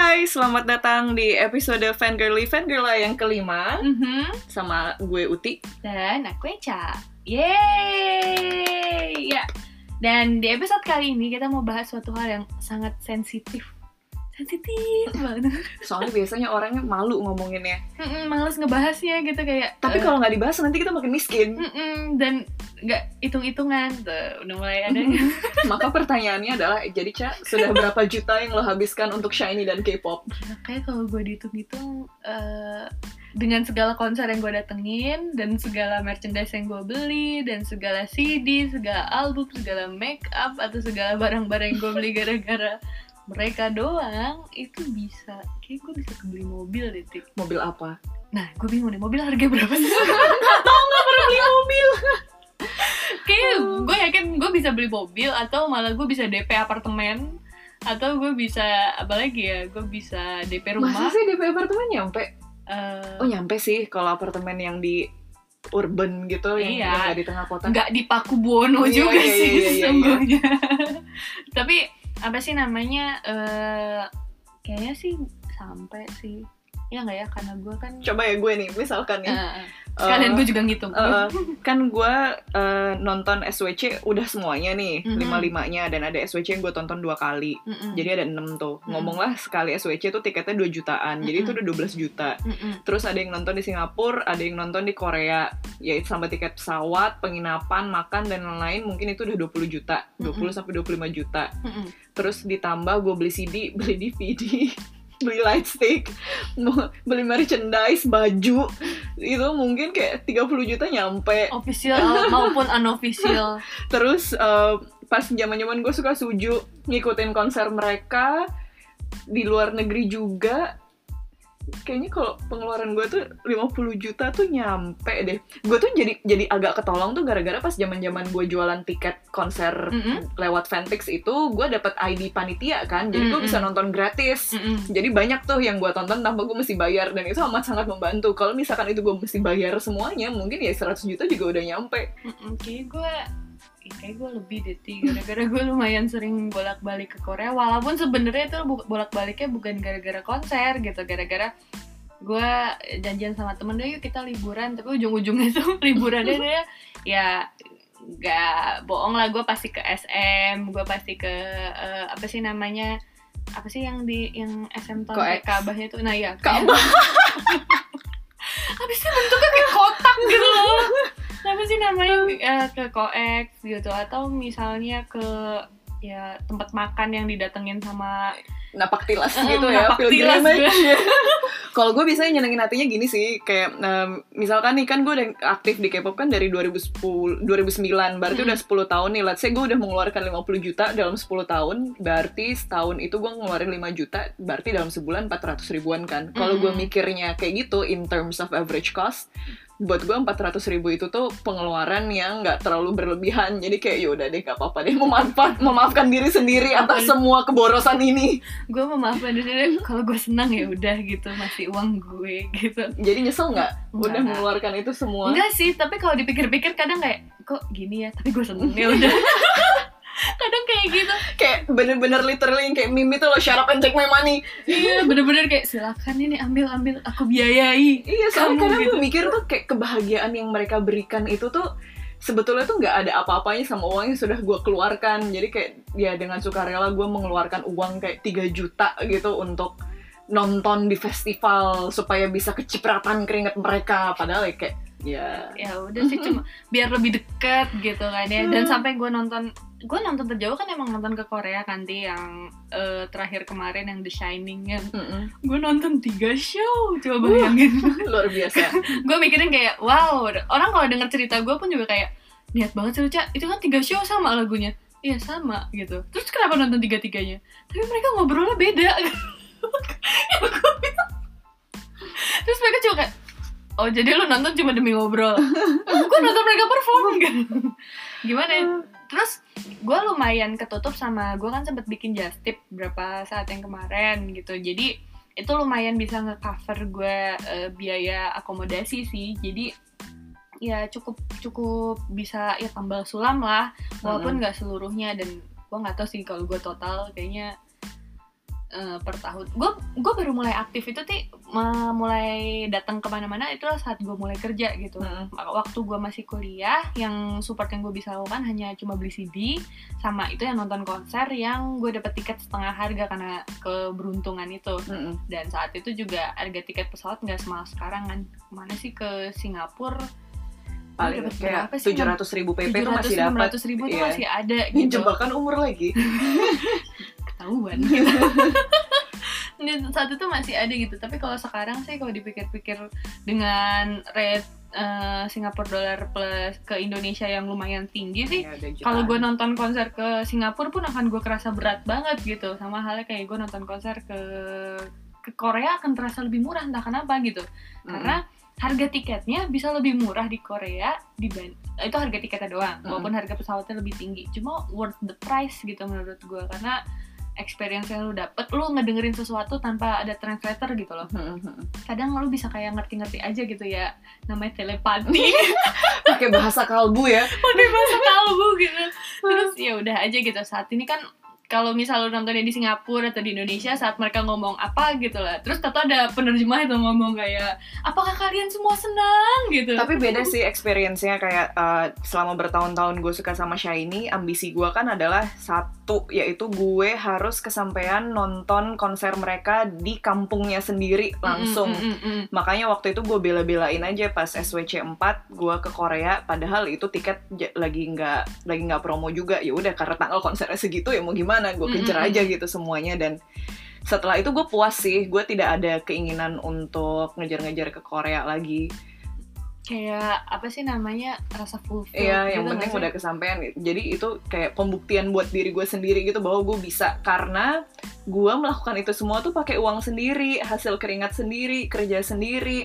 Hai, selamat datang di episode Fangirly Fangirla yang kelima sama gue Uti. Dan aku Eca. Yeay! Ya. Dan di episode kali ini kita mau bahas suatu hal yang sangat sensitif. Sensitif banget. Soalnya biasanya orangnya malu ngomonginnya. Males ngebahasnya gitu kayak. Tapi kalau nggak dibahas nanti kita makin miskin. Dan nggak hitung-hitungan tuh udah mulai ada. Maka pertanyaannya adalah, jadi Ca, sudah berapa juta yang lo habiskan untuk SHINee dan K-pop? Kayak kalau gue dihitung-hitung dengan segala konser yang gue datengin dan segala merchandise yang gue beli dan segala CD, segala album, segala make up atau segala barang-barang yang gue beli gara-gara mereka doang, itu bisa kayak gue bisa kebeli mobil deh, Tik. Mobil apa? Nah, gue bingung nih, mobil harga berapa sih? Nggak pernah beli mobil. Kayak gue yakin gue bisa beli mobil atau malah gue bisa DP apartemen atau gue bisa apa lagi ya? Gue bisa DP rumah. Masa sih DP apartemen nyampe? Oh nyampe sih kalau apartemen yang di urban gitu, yang nggak di tengah kota. Nggak di Pakubuwono juga sih sesungguhnya. Tapi apa sih namanya? Kayaknya sih sampai sih. Ya nggak ya, karena gue kan. Coba ya gue nih, misalkan nih. Sekalian gue juga ngitung. Kan gue nonton SWC udah semuanya nih, 5-5-nya, dan ada SWC yang gue tonton 2 kali. Jadi ada 6 tuh. Ngomonglah sekali SWC tuh tiketnya 2 jutaan. Jadi itu udah 12 juta. Terus ada yang nonton di Singapura, ada yang nonton di Korea, yaitu sama tiket pesawat, penginapan, makan dan lain-lain, mungkin itu udah 20 juta, 20 sampai 25 juta. Terus ditambah gue beli CD, beli DVD, beli lightstick, beli merchandise, baju, itu mungkin kayak 30 juta nyampe. Official maupun unofficial. Terus pas zaman-zaman gue suka Suju, ngikutin konser mereka di luar negeri juga. Kayaknya kalau pengeluaran gue tuh 50 juta tuh nyampe deh. Gue tuh jadi agak ketolong tuh gara-gara pas zaman-zaman gue jualan tiket konser lewat Fantix itu, gue dapet ID panitia kan. Jadi gue bisa nonton gratis. Jadi banyak tuh yang gue tonton tanpa gue mesti bayar, dan itu amat sangat membantu. Kalau misalkan itu gue mesti bayar semuanya, mungkin ya 100 juta juga udah nyampe. Kayak gue lebih deh, gara-gara gue lumayan sering bolak-balik ke Korea, walaupun sebenarnya itu bolak-baliknya bukan gara-gara konser gitu, gara-gara gue janjian sama temen deh, yuk kita liburan, tapi ujung-ujungnya tuh liburannya ya nggak bohong lah, gue pasti ke SM, gue pasti ke apa sih yang SM tahun kayak Ka'bahnya tuh, nah ya Ka'bah. Habisnya bentuknya kayak kotak gitu loh. Apa sih namanya, ke Coex gitu, atau misalnya ke ya tempat makan yang didatengin sama napak tilas gitu ya, pilgrimage. Kalau gue biasanya nyenengin hatinya gini sih, kayak misalkan nih kan gue udah aktif di K-pop kan dari 2009, berarti udah 10 tahun nih. Let's say gue udah mengeluarkan 50 juta dalam 10 tahun, berarti setahun itu gue ngeluarin 5 juta, berarti dalam sebulan 400 ribuan kan. Kalau gue mikirnya kayak gitu in terms of average cost, buat gue 400 ribu itu tuh pengeluaran yang gak terlalu berlebihan. Jadi kayak yaudah deh, gak apa-apa deh, memaafkan diri sendiri atas semua keborosan ini. Gue memaafkan diri sendiri, kalau gue senang ya udah gitu, masih uang gue gitu. Jadi nyesel gak? Udah mengeluarkan itu semua? Enggak sih, tapi kalau dipikir-pikir kadang kayak, kok gini ya, tapi gue seneng ya udah. Kadang kayak gitu, kayak bener-bener literally yang kayak meme itu loh, shut up and take my money. Iya, bener-bener kayak silakan ini ambil aku biayai. Iya, soalnya kadang gue mikir tuh kayak kebahagiaan yang mereka berikan itu tuh sebetulnya tuh nggak ada apa-apanya sama uang yang sudah gue keluarkan. Jadi kayak ya dengan sukarela gue mengeluarkan uang kayak 3 juta gitu untuk nonton di festival supaya bisa kecipratan keringat mereka, padahal kayak ya udah sih, cuma biar lebih dekat gitu kan ya. Dan sampai gue nonton terjauh kan emang nonton ke Korea kan, yang terakhir kemarin yang The Shining kan. Gue nonton 3 show, coba bayangin. Luar biasa. Gue mikirin kayak wow, orang kalau denger cerita gue pun juga kayak niat banget sih Luca, itu kan 3 show sama lagunya. Iya sama gitu, terus kenapa nonton 3-3-nya? Tapi mereka ngobrolnya beda. Terus mereka cuma kayak, oh jadi lu nonton cuma demi ngobrol? Gue nonton mereka perform kan. Gimana ya? Terus gue lumayan ketutup sama, gue kan sempet bikin just tip berapa saat yang kemarin gitu. Jadi itu lumayan bisa nge-cover gue biaya akomodasi sih. Jadi ya cukup bisa ya tambal sulam lah, walaupun nggak seluruhnya. Dan gue nggak tahu sih kalau gue total kayaknya per tahun. Gue baru mulai aktif itu mulai datang kemana-mana itu saat gue mulai kerja gitu. Waktu gue masih kuliah, yang support yang gue bisa lakukan hanya cuma beli CD, sama itu yang nonton konser yang gue dapet tiket setengah harga karena keberuntungan itu. Dan saat itu juga harga tiket pesawat nggak semahal sekarang kan. Kemana sih, ke Singapura? Paling kayak 700.000 PP tuh masih dapat. 700.000 tuh masih ada gitu. Jebakan umur lagi. Ketahuan. Saat itu masih ada gitu. Tapi kalau sekarang sih, kalau dipikir-pikir dengan rate Singapura dollar plus ke Indonesia yang lumayan tinggi sih, kalau gue nonton konser ke Singapura pun akan gue kerasa berat banget gitu. Sama halnya kayak gue nonton konser ke Korea akan terasa lebih murah, entah kenapa gitu. Karena harga tiketnya bisa lebih murah di Korea itu harga tiketnya doang, walaupun harga pesawatnya lebih tinggi. Cuma worth the price gitu menurut gue, karena experience yang lu dapet, lu ngedengerin sesuatu tanpa ada translator gitu loh. Kadang lu bisa kayak ngerti-ngerti aja gitu ya, namanya telepati. Pakai bahasa kalbu ya. Pakai bahasa kalbu gitu. Terus ya udah aja gitu. Saat ini kan kalau misal lu nontonnya di Singapura atau di Indonesia, saat mereka ngomong apa gitu lah, terus tato ada penerjemah itu ngomong kayak, apakah kalian semua senang gitu. Tapi beda sih experience-nya, kayak selama bertahun-tahun gue suka sama SHINee, ambisi gue kan adalah satu, yaitu gue harus kesampaian nonton konser mereka di kampungnya sendiri langsung. Makanya waktu itu gue bela-belain aja pas SWC 4 gue ke Korea, padahal itu tiket lagi nggak promo juga. Ya udah, karena tanggal konsernya segitu ya mau gimana, gue kejar aja gitu semuanya. Dan setelah itu gue puas sih, gue tidak ada keinginan untuk ngejar-ngejar ke Korea lagi. Kayak apa sih namanya, rasa fulfill. Iya, yang gitu, penting udah kesampaian. Jadi itu kayak pembuktian buat diri gue sendiri gitu, bahwa gue bisa, karena gue melakukan itu semua tuh pakai uang sendiri, hasil keringat sendiri, kerja sendiri.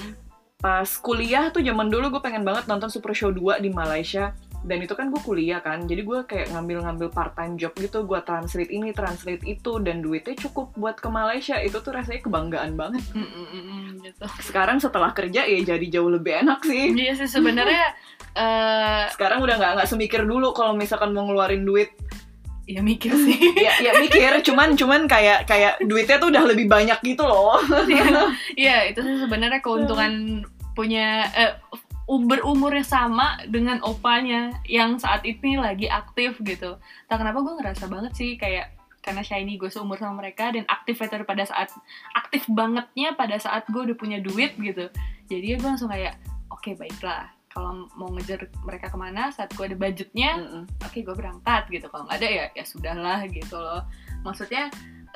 Pas kuliah tuh zaman dulu gue pengen banget nonton Super Show 2 di Malaysia. Dan itu kan gue kuliah kan, jadi gue kayak ngambil part time job gitu, gue translate ini, translate itu, dan duitnya cukup buat ke Malaysia. Itu tuh rasanya kebanggaan banget. Gitu. Sekarang setelah kerja ya jadi jauh lebih enak sih. Iya sih sebenarnya. Sekarang udah nggak semikir dulu kalau misalkan mau ngeluarin duit. Ya mikir sih. ya mikir, cuman kayak duitnya tuh udah lebih banyak gitu loh. Iya, itu sih sebenarnya keuntungan punya berumurnya sama dengan opanya yang saat ini lagi aktif gitu. Tak kenapa gue ngerasa banget sih, kayak karena SHINee gue seumur sama mereka, dan aktif bangetnya pada saat gue udah punya duit gitu. Jadi gue langsung kayak oke, baiklah, kalau mau ngejar mereka kemana saat gue ada budgetnya, oke, gue berangkat gitu. Kalau nggak ada ya sudahlah gitu loh. Maksudnya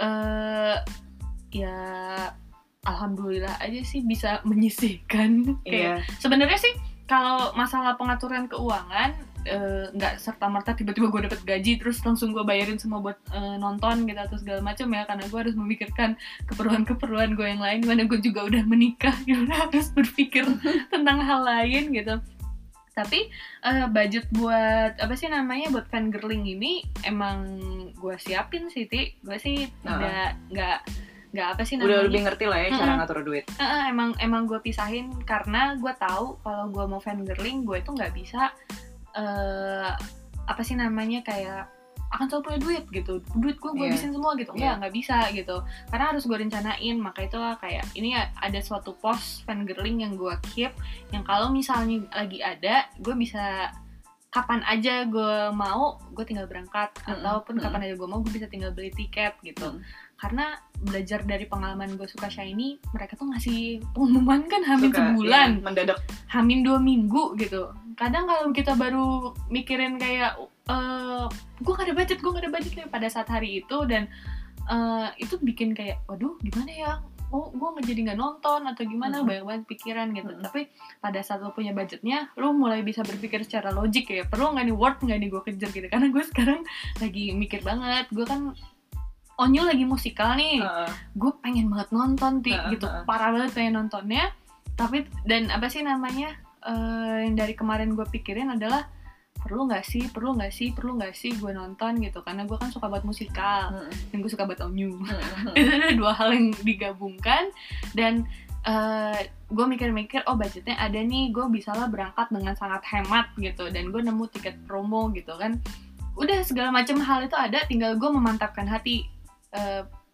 ya alhamdulillah aja sih bisa menyisihkan. Kayak sebenarnya sih kalau masalah pengaturan keuangan, nggak serta-merta tiba-tiba gue dapet gaji terus langsung gue bayarin semua buat nonton gitu atau segala macam ya, karena gue harus memikirkan keperluan gue yang lain, mana gue juga udah menikah gitu, harus berpikir tentang hal lain gitu. Tapi budget buat buat fangirling ini emang gue siapin sih, gue sih nggak udah lebih ngerti lah ya cara ngatur duit. Emang gue pisahin, karena gue tahu kalau gue mau fangirling, gue itu nggak bisa kayak akan selalu punya duit gitu, duit gue habisin semua gitu, nggak bisa gitu, karena harus gue rencanain. Maka itu kayak ini ada suatu pos fangirling yang gue keep, yang kalau misalnya lagi ada, gue bisa kapan aja gue mau, gue tinggal berangkat, ataupun kapan aja gue mau, gue bisa tinggal beli tiket gitu. Karena belajar dari pengalaman gue suka SHINee, mereka tuh ngasih pengumuman kan sebulan, mendadak, 2 minggu gitu. Kadang kalau kita baru mikirin kayak gue gak ada budget nih pada saat hari itu, dan itu bikin kayak waduh gimana ya, gue jadi nggak nonton atau gimana, banyak banget pikiran gitu. Tapi pada saat lo punya budgetnya, lo mulai bisa berpikir secara logik ya, perlu nggak nih, worth nggak nih gue kejar gitu. Karena gue sekarang lagi mikir banget, gue kan Onyu lagi musikal nih, gue pengen banget nonton gitu, parah banget pengen nontonnya. Tapi dan yang dari kemarin gue pikirin adalah perlu nggak sih gue nonton gitu, karena gue kan suka banget musikal dan gue suka banget Onyu. Itu ada dua hal yang digabungkan, dan gue mikir-mikir, budgetnya ada nih, gue bisa lah berangkat dengan sangat hemat gitu, dan gue nemu tiket promo gitu kan. Udah segala macam hal itu ada, tinggal gue memantapkan hati.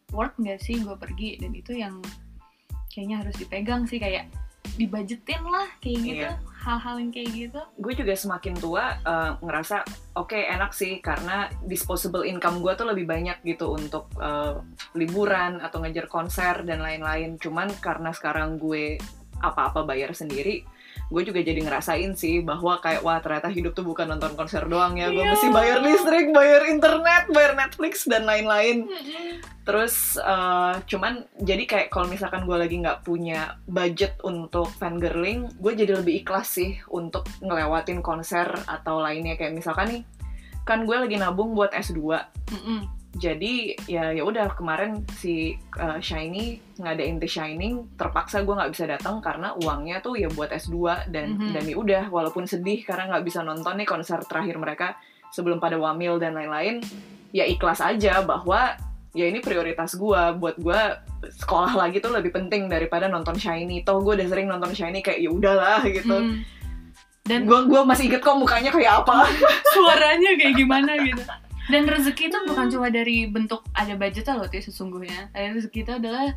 worth nggak sih gue pergi, dan itu yang kayaknya harus dipegang sih, kayak dibudgetin lah kayak gitu. Hal-hal yang kayak gitu. Gue juga semakin tua ngerasa oke, enak sih karena disposable income gue tuh lebih banyak gitu untuk liburan atau ngejar konser dan lain-lain. Cuman karena sekarang gue apa-apa bayar sendiri, gue juga jadi ngerasain sih bahwa kayak wah ternyata hidup tuh bukan nonton konser doang ya. Gue mesti bayar listrik, bayar internet, bayar Netflix dan lain-lain. Terus cuman jadi kayak kalau misalkan gue lagi nggak punya budget untuk fangirling, gue jadi lebih ikhlas sih untuk ngelewatin konser atau lainnya. Kayak misalkan nih, kan gue lagi nabung buat S2. Jadi ya udah kemarin si Shiny ngadain The Shining, terpaksa gue nggak bisa datang karena uangnya tuh ya buat S2 dan ya udah, walaupun sedih karena nggak bisa nonton nih konser terakhir mereka sebelum pada wamil dan lain-lain, ya ikhlas aja bahwa ya ini prioritas gue, buat gue sekolah lagi tuh lebih penting daripada nonton Shiny. Toh gue udah sering nonton Shiny kayak ya udahlah gitu. Dan gue masih inget kok mukanya kayak apa, suaranya kayak gimana gitu. Dan rezeki itu bukan cuma dari bentuk ada budgetnya loh, sesungguhnya. Rezeki itu adalah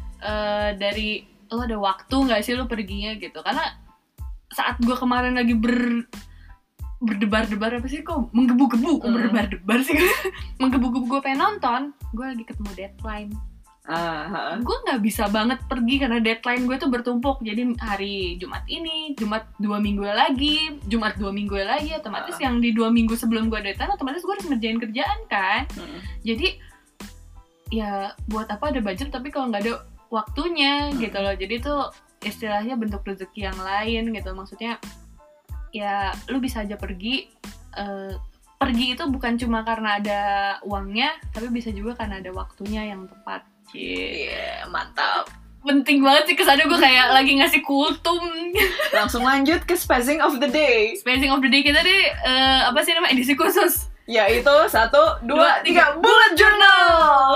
dari lo ada waktu nggak sih lo perginya gitu. Karena saat gue kemarin lagi berdebar-debar apa sih, kok menggebu-gebu, berdebar-debar sih menggebu-gebu gue pengen nonton, gue lagi ketemu deadline. Gue nggak bisa banget pergi karena deadline gue tuh bertumpuk. Jadi hari Jumat ini, Jumat 2 minggu lagi, Jumat 2 minggu lagi, otomatis yang di 2 minggu sebelum gue deadline otomatis gue harus ngerjain kerjaan kan. Jadi ya buat apa ada budget tapi kalau nggak ada waktunya gitu loh. Jadi tuh istilahnya bentuk rezeki yang lain gitu. Maksudnya ya lu bisa aja pergi itu bukan cuma karena ada uangnya, tapi bisa juga karena ada waktunya yang tepat. Mantap. Penting banget sih, kesannya gue kayak lagi ngasih kultum. Langsung lanjut ke spacing of the day. Spacing of the day kita nih apa sih namanya, edisi khusus. Yaitu 1, 2, 3 bullet journal.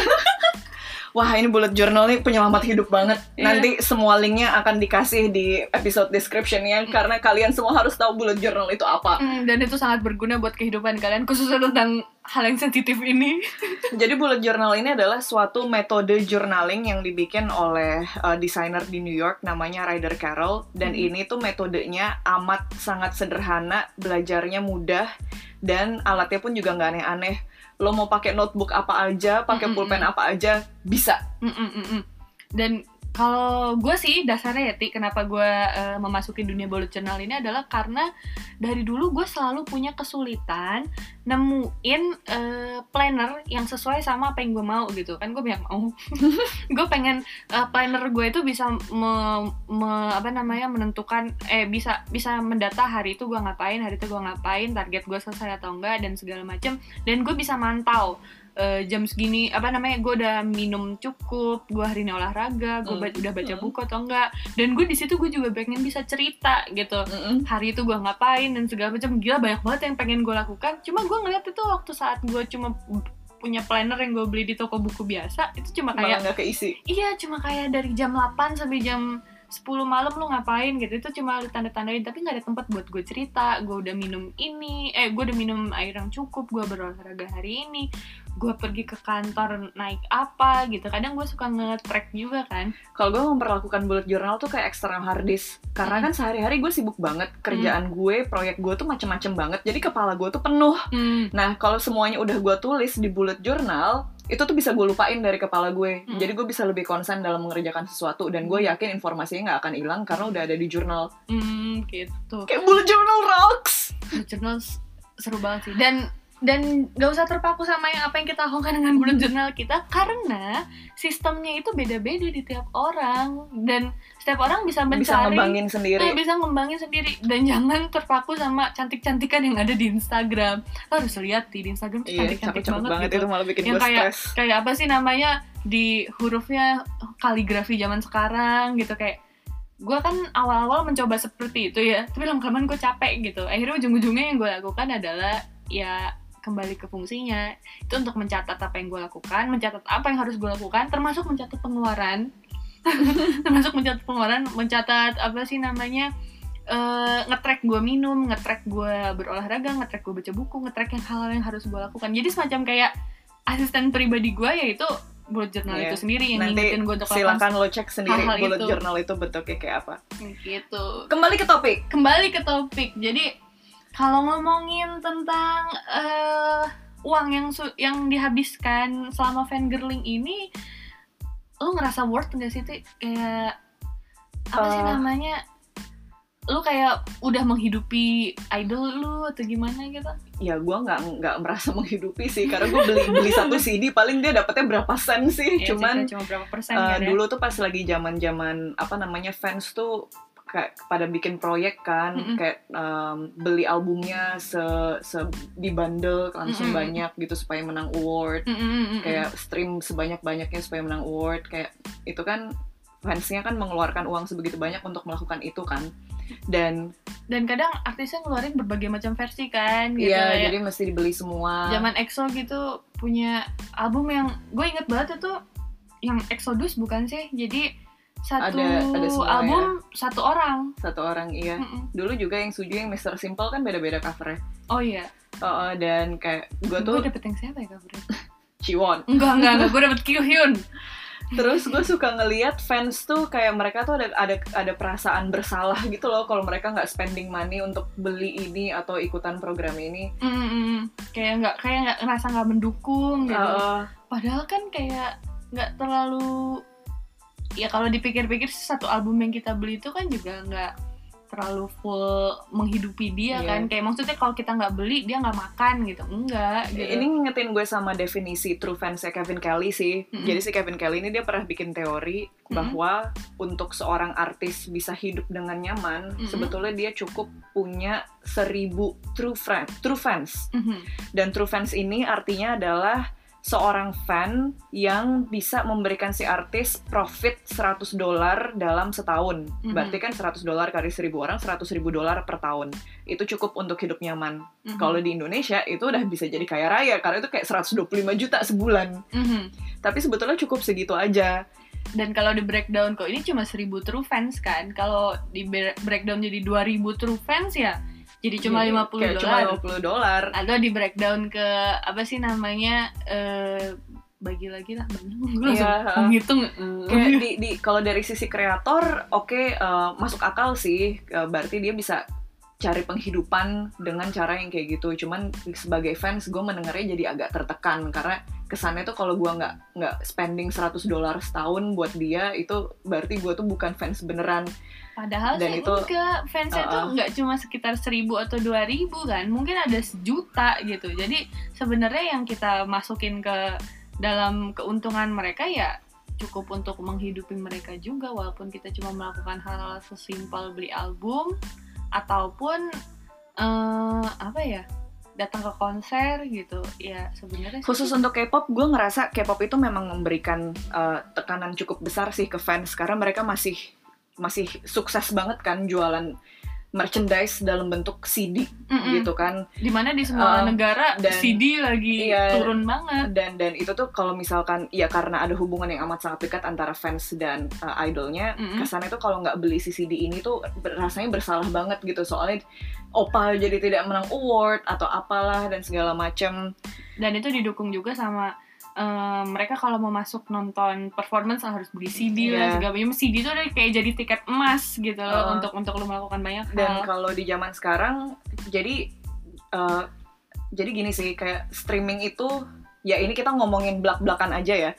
Wah, ini bullet journal nih penyelamat hidup banget. Nanti semua linknya akan dikasih di episode description-nya karena kalian semua harus tahu bullet journal itu apa. Dan itu sangat berguna buat kehidupan kalian, khususnya tentang hal yang sensitif ini. Jadi bullet journal ini adalah suatu metode journaling yang dibikin oleh desainer di New York namanya Ryder Carroll. Dan ini tuh metodenya amat sangat sederhana, belajarnya mudah, dan alatnya pun juga nggak aneh-aneh. Lo mau pakai notebook apa aja, pakai pulpen apa aja, bisa. Dan kalau gue sih dasarnya ya Ti, kenapa gue memasuki dunia bullet journal ini adalah karena dari dulu gue selalu punya kesulitan nemuin planner yang sesuai sama apa yang gue mau gitu kan. Gue banyak mau gue pengen planner gue itu bisa menentukan bisa mendata hari itu gue ngapain, target gue selesai atau enggak dan segala macem. Dan gue bisa mantau jam segini gue udah minum cukup, gue hari ini olahraga, gue udah baca buku atau enggak. Dan gue di situ gue juga pengen bisa cerita gitu, hari itu gue ngapain dan segala macam. Gila, banyak banget yang pengen gue lakukan. Cuma gue ngeliat itu waktu saat gue cuma punya planner yang gue beli di toko buku biasa, itu cuma kayak nggak keisi. Iya, cuma kayak dari jam 8 sampai jam 10 malam lu ngapain gitu. Itu cuma tanda-tandain, tapi gak ada tempat buat gue cerita. Gue udah minum gue udah minum air yang cukup, gue berolahraga hari ini, gue pergi ke kantor naik apa gitu. Kadang gue suka nge-track juga kan. Kalau gue memperlakukan bullet journal tuh kayak eksternal hard disk. Karena kan sehari-hari gue sibuk banget. Kerjaan gue, proyek gue tuh macem-macem banget. Jadi kepala gue tuh penuh. Nah, kalau semuanya udah gue tulis di bullet journal, itu tuh bisa gue lupain dari kepala gue. Jadi gue bisa lebih konsen dalam mengerjakan sesuatu. Dan gue yakin informasinya gak akan hilang karena udah ada di jurnal. Gitu. Kayak bullet journal rocks. Bullet journal seru banget sih. Dan gak usah terpaku sama apa yang kita lakukan dengan bullet journal kita, karena sistemnya itu beda-beda di tiap orang. Dan setiap orang bisa mencari, bisa ngembangin sendiri. Dan jangan terpaku sama cantik-cantikan yang ada di Instagram. Lo harus lihat di Instagram tuh cantik-cantik banget gitu. Itu malah bikin yang gue stres. Kayak apa sih namanya, di hurufnya kaligrafi zaman sekarang gitu. Kayak gue kan awal-awal mencoba seperti itu ya, tapi lama-kelamaan gue capek gitu. Akhirnya ujung-ujungnya yang gue lakukan adalah ya kembali ke fungsinya. Itu untuk mencatat apa yang gue lakukan, mencatat apa yang harus gue lakukan, termasuk mencatat pengeluaran. mencatat apa sih namanya, nge-track gue minum, nge-track gue berolahraga, nge-track gue baca buku, nge-track hal-hal yang harus gue lakukan. Jadi semacam kayak asisten pribadi gue, yaitu bullet journal itu sendiri yang nanti ngingetin gue untuk silakan lo cek sendiri hal-hal bullet itu. journal itu bentuknya kayak apa. Gitu. Kembali ke topik. Jadi kalau ngomongin tentang uang yang dihabiskan selama fangirling ini, lo ngerasa worth nggak sih tuh? Kayak apa sih namanya? Lu kayak udah menghidupi idol lu atau gimana gitu? Ya gue nggak merasa menghidupi sih, karena gue beli satu CD paling dia dapetnya berapa sen sih. Cuma berapa persen kan ya? Dulu tuh pas lagi zaman fans tuh kayak pada bikin proyek kan, kayak beli albumnya di bundle langsung banyak gitu supaya menang award, kayak stream sebanyak-banyaknya supaya menang award. Kayak itu kan fansnya kan mengeluarkan uang sebegitu banyak untuk melakukan itu kan. Dan kadang artisnya ngeluarin berbagai macam versi kan gitu. Iya, jadi mesti dibeli semua. Zaman EXO gitu punya album yang gue inget banget itu yang Exodus bukan sih? Jadi satu ada album ya? Satu orang iya. Dulu juga yang Suju yang Mr. Simple kan beda-beda covernya. Oh iya. Dan kayak gue dapet yang siapa ya covernya? Jiwon. Enggak, gue dapet Kyuhyun. Terus gue suka ngelihat fans tuh kayak mereka tuh ada perasaan bersalah gitu loh kalau mereka nggak spending money untuk beli ini atau ikutan program ini. Kayak nggak ngerasa nggak mendukung gitu. Padahal kan kayak nggak terlalu, ya kalau dipikir-pikir satu album yang kita beli itu kan juga nggak terlalu full menghidupi dia kan. Kayak maksudnya kalau kita nggak beli dia nggak makan gitu, enggak gitu. Ini ngingetin gue sama definisi true fansnya Kevin Kelly sih. Jadi si Kevin Kelly ini dia pernah bikin teori bahwa untuk seorang artis bisa hidup dengan nyaman, sebetulnya dia cukup punya 1000 true fans. Dan true fans ini artinya adalah seorang fan yang bisa memberikan si artis profit $100 dalam setahun. Berarti kan $100 kali 1000 orang, $100.000 per tahun. Itu cukup untuk hidup nyaman. Kalau di Indonesia itu udah bisa jadi kaya raya, karena itu kayak 125 juta sebulan. Tapi sebetulnya cukup segitu aja. Dan kalau di breakdown kok ini cuma 1000 true fans kan. Kalau di breakdown jadi 2000 true fans ya jadi cuma $50. Atau di breakdown ke apa sih namanya, bagi lagi lah banyak. Menghitung. Kayak kalau dari sisi kreator, masuk akal sih. Berarti dia bisa cari penghidupan dengan cara yang kayak gitu. Cuman sebagai fans gue mendengarnya jadi agak tertekan karena kesannya tuh kalau gue nggak spending $100 setahun buat dia, itu berarti gue tuh bukan fans beneran. Padahal dan sih enggak, fansnya tuh nggak cuma sekitar 1000 atau 2000 kan, mungkin ada 1 juta gitu. Jadi sebenarnya yang kita masukin ke dalam keuntungan mereka ya cukup untuk menghidupi mereka juga, walaupun kita cuma melakukan hal-hal sesimpel beli album ataupun datang ke konser gitu. Ya sebenarnya khusus untuk K-pop, gue ngerasa K-pop itu memang memberikan tekanan cukup besar sih ke fans, karena mereka masih sukses banget kan jualan merchandise dalam bentuk CD gitu kan. Dimana di semua negara CD lagi turun banget. Dan itu tuh kalau misalkan ya karena ada hubungan yang amat sangat dekat antara fans dan idolnya, kesannya tuh kalau nggak beli si CD ini tuh rasanya bersalah banget gitu. Soalnya Oppa jadi tidak menang award atau apalah dan segala macam. Dan itu didukung juga sama mereka kalau mau masuk nonton performance harus beli CD lah segala macam. CD itu udah kayak jadi tiket emas gitu loh untuk lo melakukan banyak hal. Dan kalau di zaman sekarang jadi gini sih, kayak streaming itu ya ini kita ngomongin belak-belakan aja ya.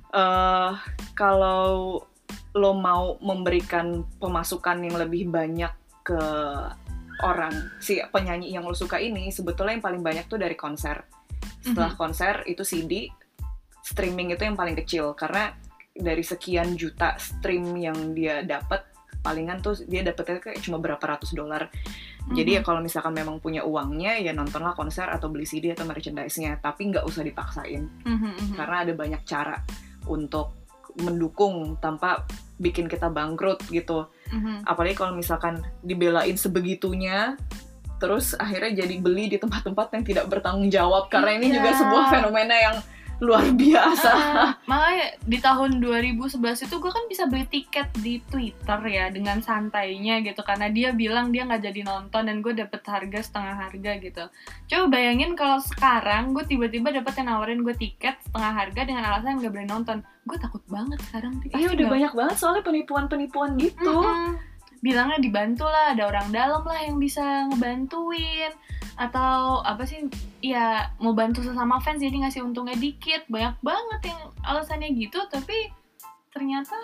Kalau lo mau memberikan pemasukan yang lebih banyak ke orang, si penyanyi yang lo suka ini, sebetulnya yang paling banyak tuh dari konser. Setelah konser itu CD, streaming itu yang paling kecil, karena dari sekian juta stream yang dia dapat, palingan tuh dia dapetnya kayak cuma berapa ratus $. Jadi ya kalau misalkan memang punya uangnya, ya nontonlah konser atau beli CD atau merchandise-nya, tapi nggak usah dipaksain. Karena ada banyak cara untuk mendukung tanpa bikin kita bangkrut gitu. Apalagi kalau misalkan dibelain sebegitunya, terus akhirnya jadi beli di tempat-tempat yang tidak bertanggung jawab, karena ini juga sebuah fenomena luar biasa. Makanya di tahun 2011 itu gue kan bisa beli tiket di Twitter ya dengan santainya gitu, karena dia bilang dia nggak jadi nonton dan gue dapet harga setengah harga gitu. Coba bayangin kalau sekarang gue tiba-tiba dapet yang nawarin gue tiket setengah harga dengan alasan nggak boleh nonton, gue takut banget sekarang. Iya udah banyak banget soalnya penipuan gitu. Bilangnya dibantu lah, ada orang dalam lah yang bisa ngebantuin, atau apa sih, ya mau bantu sesama fans jadi ngasih untungnya dikit. Banyak banget yang alasannya gitu, tapi ternyata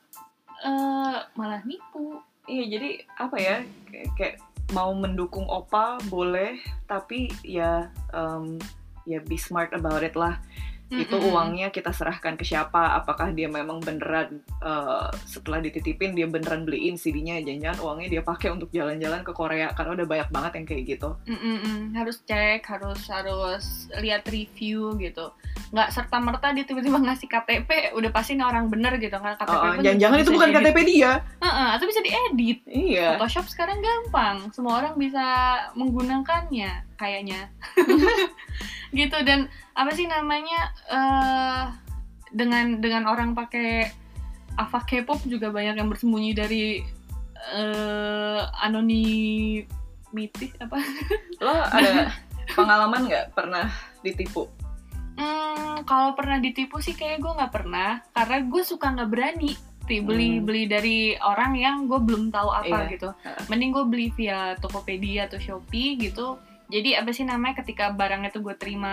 malah nipu. Iya, jadi apa ya, kayak mau mendukung Oppa boleh, tapi ya ya be smart about it lah. Itu uangnya kita serahkan ke siapa, apakah dia memang beneran setelah dititipin dia beneran beliin CD-nya, jangan-jangan uangnya dia pakai untuk jalan-jalan ke Korea, karena udah banyak banget yang kayak gitu. Harus cek, harus lihat review gitu, nggak serta-merta dia tiba-tiba ngasih KTP udah pasti nih orang bener gitu kan. KTP jangan-jangan itu bukan KTP dia. Atau bisa diedit. Iya. Photoshop sekarang gampang, semua orang bisa menggunakannya kayaknya. Gitu. Dan apa sih namanya, dengan orang pakai Ava K-pop juga banyak yang bersembunyi dari anonimitis apa. Lo ada pengalaman nggak pernah ditipu? Kalau pernah ditipu sih kayak gue nggak pernah, karena gue suka nggak berani beli dari orang yang gue belum tahu apa gitu. Mending gue beli via Tokopedia atau Shopee gitu. Jadi apa sih namanya, ketika barangnya tuh gue terima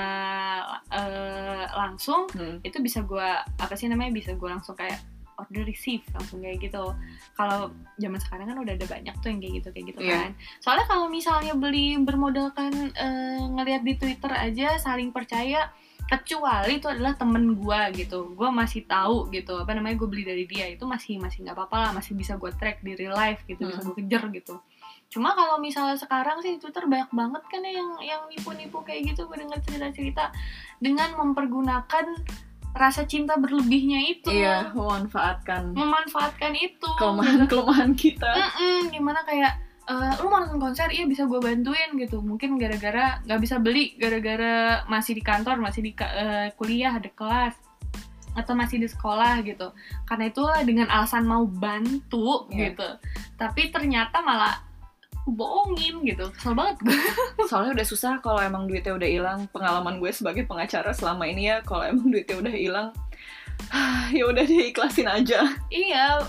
langsung, itu bisa gue bisa gue langsung kayak order receive langsung kayak gitu. Kalau zaman sekarang kan udah ada banyak tuh yang kayak gitu kan. Soalnya kalau misalnya beli bermodalkan ngelihat di Twitter aja, saling percaya, kecuali itu adalah temen gue gitu, gue masih tahu gitu apa namanya, gue beli dari dia, itu masih nggak apa-apa lah, masih bisa gue track di real life gitu, bisa gue kejar gitu. Cuma kalau misalnya sekarang sih Twitter banyak banget kan yang nipu-nipu kayak gitu. Gue dengar cerita-cerita dengan mempergunakan rasa cinta berlebihnya itu. Iya, memanfaatkan itu kelemahan kita. Gimana kayak lu mau nonton konser, iya bisa gue bantuin gitu. Mungkin gara-gara nggak bisa beli, gara-gara masih di kantor, masih di kuliah, ada kelas, atau masih di sekolah gitu. Karena itulah dengan alasan mau bantu gitu. Tapi ternyata malah bohongin gitu. Kesel banget gue. Soalnya udah susah kalau emang duitnya udah hilang. Pengalaman gue sebagai pengacara selama ini ya, kalau emang duitnya udah hilang, ya udah diikhlasin aja. Iya,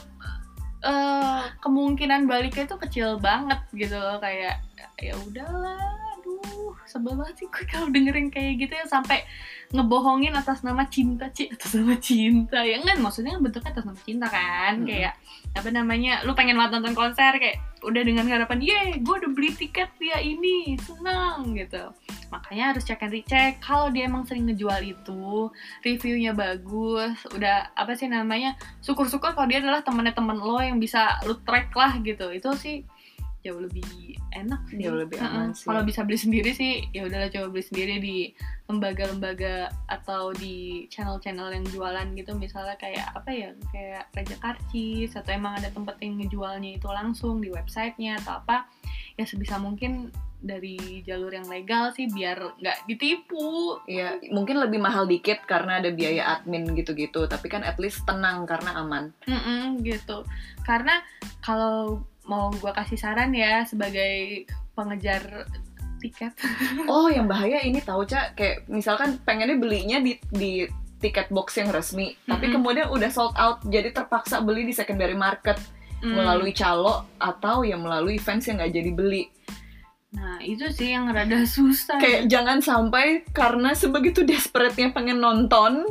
kemungkinan baliknya tuh kecil banget gitu loh. Kayak ya udahlah, aduh sebel banget sih gue kalau dengerin kayak gitu ya, sampai ngebohongin atas nama cinta, atas nama cinta ya kan, maksudnya bentuknya atas nama cinta kan. Kayak apa namanya, lu pengen nonton konser, kayak udah dengan harapan, gue udah beli tiket dia ini, senang gitu. Makanya harus cek and recheck. Kalau dia emang sering ngejual itu, reviewnya bagus, udah apa sih namanya, syukur-syukur kalau dia adalah temen lo yang bisa lu track lah gitu. Itu sih jauh lebih enak sih. Jauh lebih aman sih. Kalau bisa beli sendiri sih, ya udahlah coba beli sendiri di lembaga-lembaga atau di channel-channel yang jualan gitu. Misalnya kayak apa ya, kayak Raja Karcis, atau emang ada tempat yang ngejualnya itu langsung di websitenya atau apa. Ya sebisa mungkin dari jalur yang legal sih, biar nggak ditipu. Iya, mungkin lebih mahal dikit karena ada biaya admin gitu-gitu, tapi kan at least tenang karena aman. Gitu. Karena kalau mau gue kasih saran ya sebagai pengejar tiket. Oh, yang bahaya ini tahu Cak, kayak misalkan pengennya belinya di tiket box yang resmi, tapi kemudian udah sold out, jadi terpaksa beli di secondary market melalui calo atau ya melalui fans yang nggak jadi beli. Nah itu sih yang rada susah. Kayak jangan sampai karena sebegitu desperate-nya pengen nonton,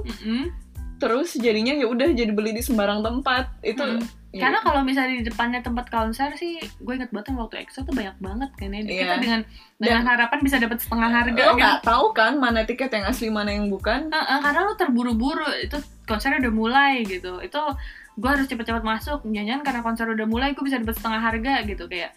terus jadinya ya udah jadi beli di sembarang tempat itu. Karena kalau misalnya di depannya tempat konser sih, gue inget banget waktu EXO tuh banyak banget kan ya. Kita dengan harapan bisa dapat setengah harga. Lo nggak tahu kan mana tiket yang asli mana yang bukan? Karena lo terburu-buru, itu konsernya udah mulai gitu. Itu gue harus cepet-cepet masuk. Jangan karena konser udah mulai gue bisa dapat setengah harga gitu. Kayak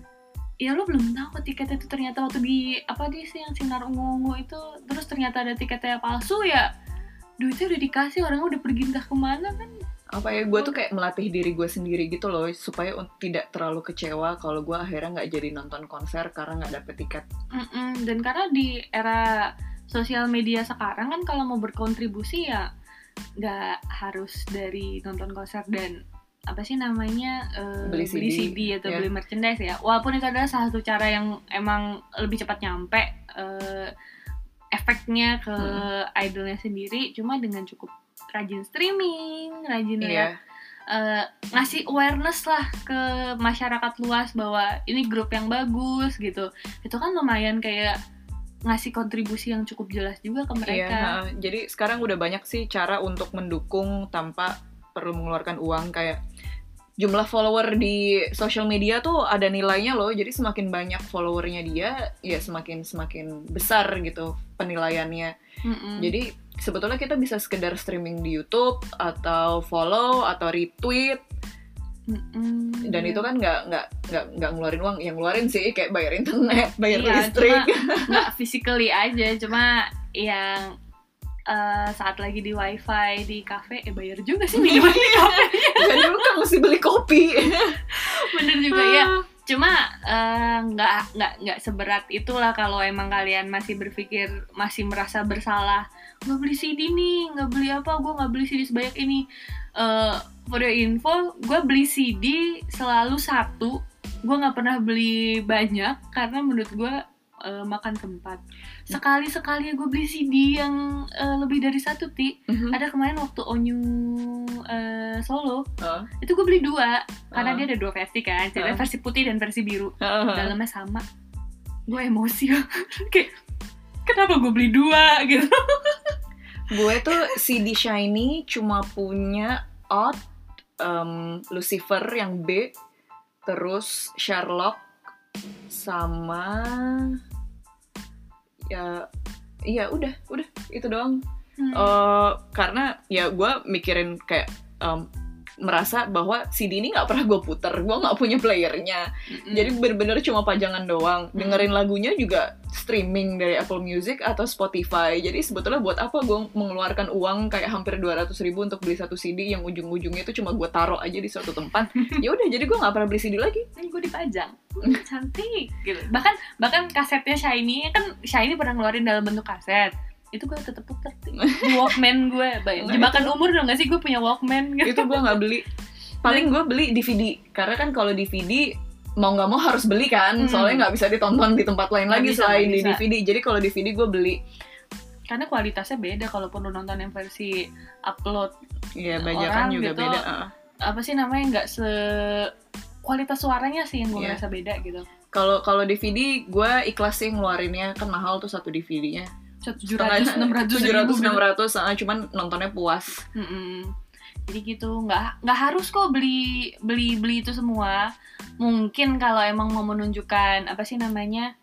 ya lo belum tahu tiketnya itu ternyata waktu di sih yang sinar ungu-ungu itu, terus ternyata ada tiketnya palsu ya. Duitnya udah dikasih, orangnya udah pergi entah kemana kan. Apa ya, gue tuh kayak melatih diri gue sendiri gitu loh, supaya tidak terlalu kecewa kalau gue akhirnya nggak jadi nonton konser karena nggak dapet tiket. Dan karena di era sosial media sekarang kan kalau mau berkontribusi ya nggak harus dari nonton konser dan apa sih namanya beli CD atau beli merchandise ya, walaupun itu adalah salah satu cara yang emang lebih cepat nyampe efeknya ke idolnya sendiri, cuma dengan cukup rajin streaming, rajin lihat ngasih awareness lah ke masyarakat luas bahwa ini grup yang bagus gitu, itu kan lumayan kayak ngasih kontribusi yang cukup jelas juga ke mereka. Jadi sekarang udah banyak sih cara untuk mendukung tanpa perlu mengeluarkan uang, kayak jumlah follower di social media tuh ada nilainya loh, jadi semakin banyak followernya dia ya semakin besar gitu penilaiannya. Jadi sebetulnya kita bisa sekedar streaming di YouTube atau follow atau retweet. Dan itu kan nggak ngeluarin uang, yang ngeluarin sih kayak bayar internet, bayar listrik. Nggak physically aja, cuma yang saat lagi di wifi di kafe bayar juga sih minuman di kafe. Jadi lu kan mesti beli kopi. Bener juga ya. Cuma nggak seberat itulah kalau emang kalian masih berpikir, masih merasa bersalah, nggak beli CD nih, nggak beli apa, gue nggak beli CD sebanyak ini. For your info, gue beli CD selalu satu, gue nggak pernah beli banyak karena menurut gue makan tempat. Sekali-sekali gue beli CD yang lebih dari satu, Ti. Ada kemarin waktu Onyu Solo, itu gue beli 2 karena dia ada 2 versi kan, versi putih dan versi biru. Dalamnya sama. Gue emosi kayak kenapa gue beli 2 gitu. Gue tuh CD Shiny cuma punya Odd, Lucifer yang B, terus Sherlock, sama ya udah itu doang. Karena ya gue mikirin kayak merasa bahwa CD ini nggak pernah gue puter, gue nggak punya playernya, jadi bener-bener cuma pajangan doang. Dengerin lagunya juga streaming dari Apple Music atau Spotify. Jadi sebetulnya buat apa gue mengeluarkan uang kayak hampir 200.000 untuk beli satu CD yang ujung-ujungnya itu cuma gue taruh aja di suatu tempat. Ya udah, jadi gue nggak pernah beli CD lagi. Gue dipajang, cantik gitu. Bahkan kasetnya Shiny kan, Shiny pernah ngeluarin dalam bentuk kaset. Itu gue tetep puter di Walkman gue. Jebakan umur dong gak sih gue punya Walkman gitu. Itu gue gak beli. Paling gue beli DVD. Karena kan kalau DVD mau gak mau harus beli kan. Soalnya gak bisa ditonton di tempat lain lagi selain di DVD. Jadi kalau DVD gue beli. Karena kualitasnya beda kalaupun lu nonton yang versi upload. Iya, bajakan juga gitu, beda. Apa sih namanya, gak kualitas suaranya sih yang gue ngerasa beda gitu. Kalau DVD gue ikhlas sih ngeluarinnya. Kan mahal tuh satu DVD-nya. 700-600 cuman nontonnya puas. Jadi gitu, nggak harus kok beli itu semua. Mungkin kalau emang mau menunjukkan apa sih namanya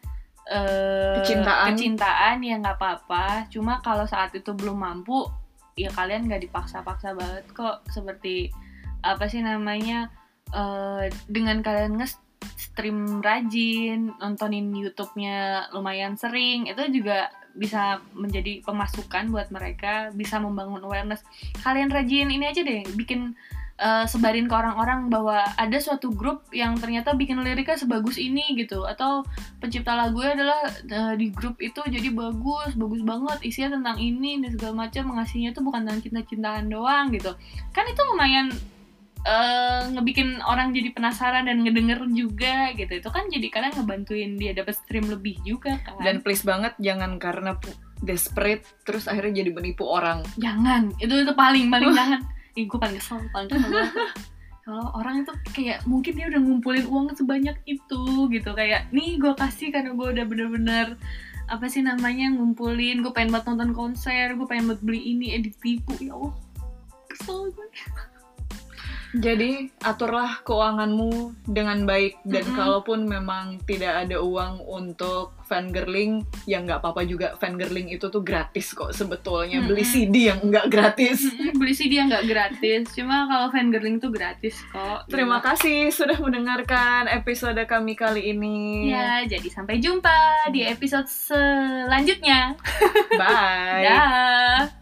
kecintaan ya nggak apa-apa. Cuma kalau saat itu belum mampu, ya kalian nggak dipaksa-paksa banget kok. Seperti apa sih namanya dengan kalian stream rajin, nontonin YouTube-nya lumayan sering, itu juga bisa menjadi pemasukan buat mereka, bisa membangun awareness. Kalian rajin ini aja deh, bikin sebarin ke orang-orang bahwa ada suatu grup yang ternyata bikin liriknya sebagus ini gitu, atau pencipta lagunya adalah di grup itu jadi bagus banget, isinya tentang ini dan segala macam, mengasihnya tuh bukan tentang cinta-cintaan doang gitu. Kan itu lumayan ngebikin orang jadi penasaran dan ngedenger juga gitu. Itu kan jadi kalian ngebantuin dia dapat stream lebih juga kan. Dan please banget jangan karena desperate terus akhirnya jadi menipu orang. Jangan, itu paling jangan. Gue paling kesel banget. Kalau orang itu kayak mungkin dia udah ngumpulin uang sebanyak itu gitu, kayak nih gue kasih karena gue udah bener-bener apa sih namanya ngumpulin, gue pengen buat nonton konser, gue pengen buat beli ini, ditipu. Ya Allah, kesel gue. Jadi aturlah keuanganmu dengan baik, dan kalaupun memang tidak ada uang untuk fangirling, ya nggak apa-apa juga. Fangirling itu tuh gratis kok sebetulnya. Beli CD yang nggak gratis. Beli CD yang nggak gratis, cuma kalau fangirling tuh gratis kok. Terima kasih sudah mendengarkan episode kami kali ini. Ya, jadi sampai jumpa di episode selanjutnya. Bye. Dah.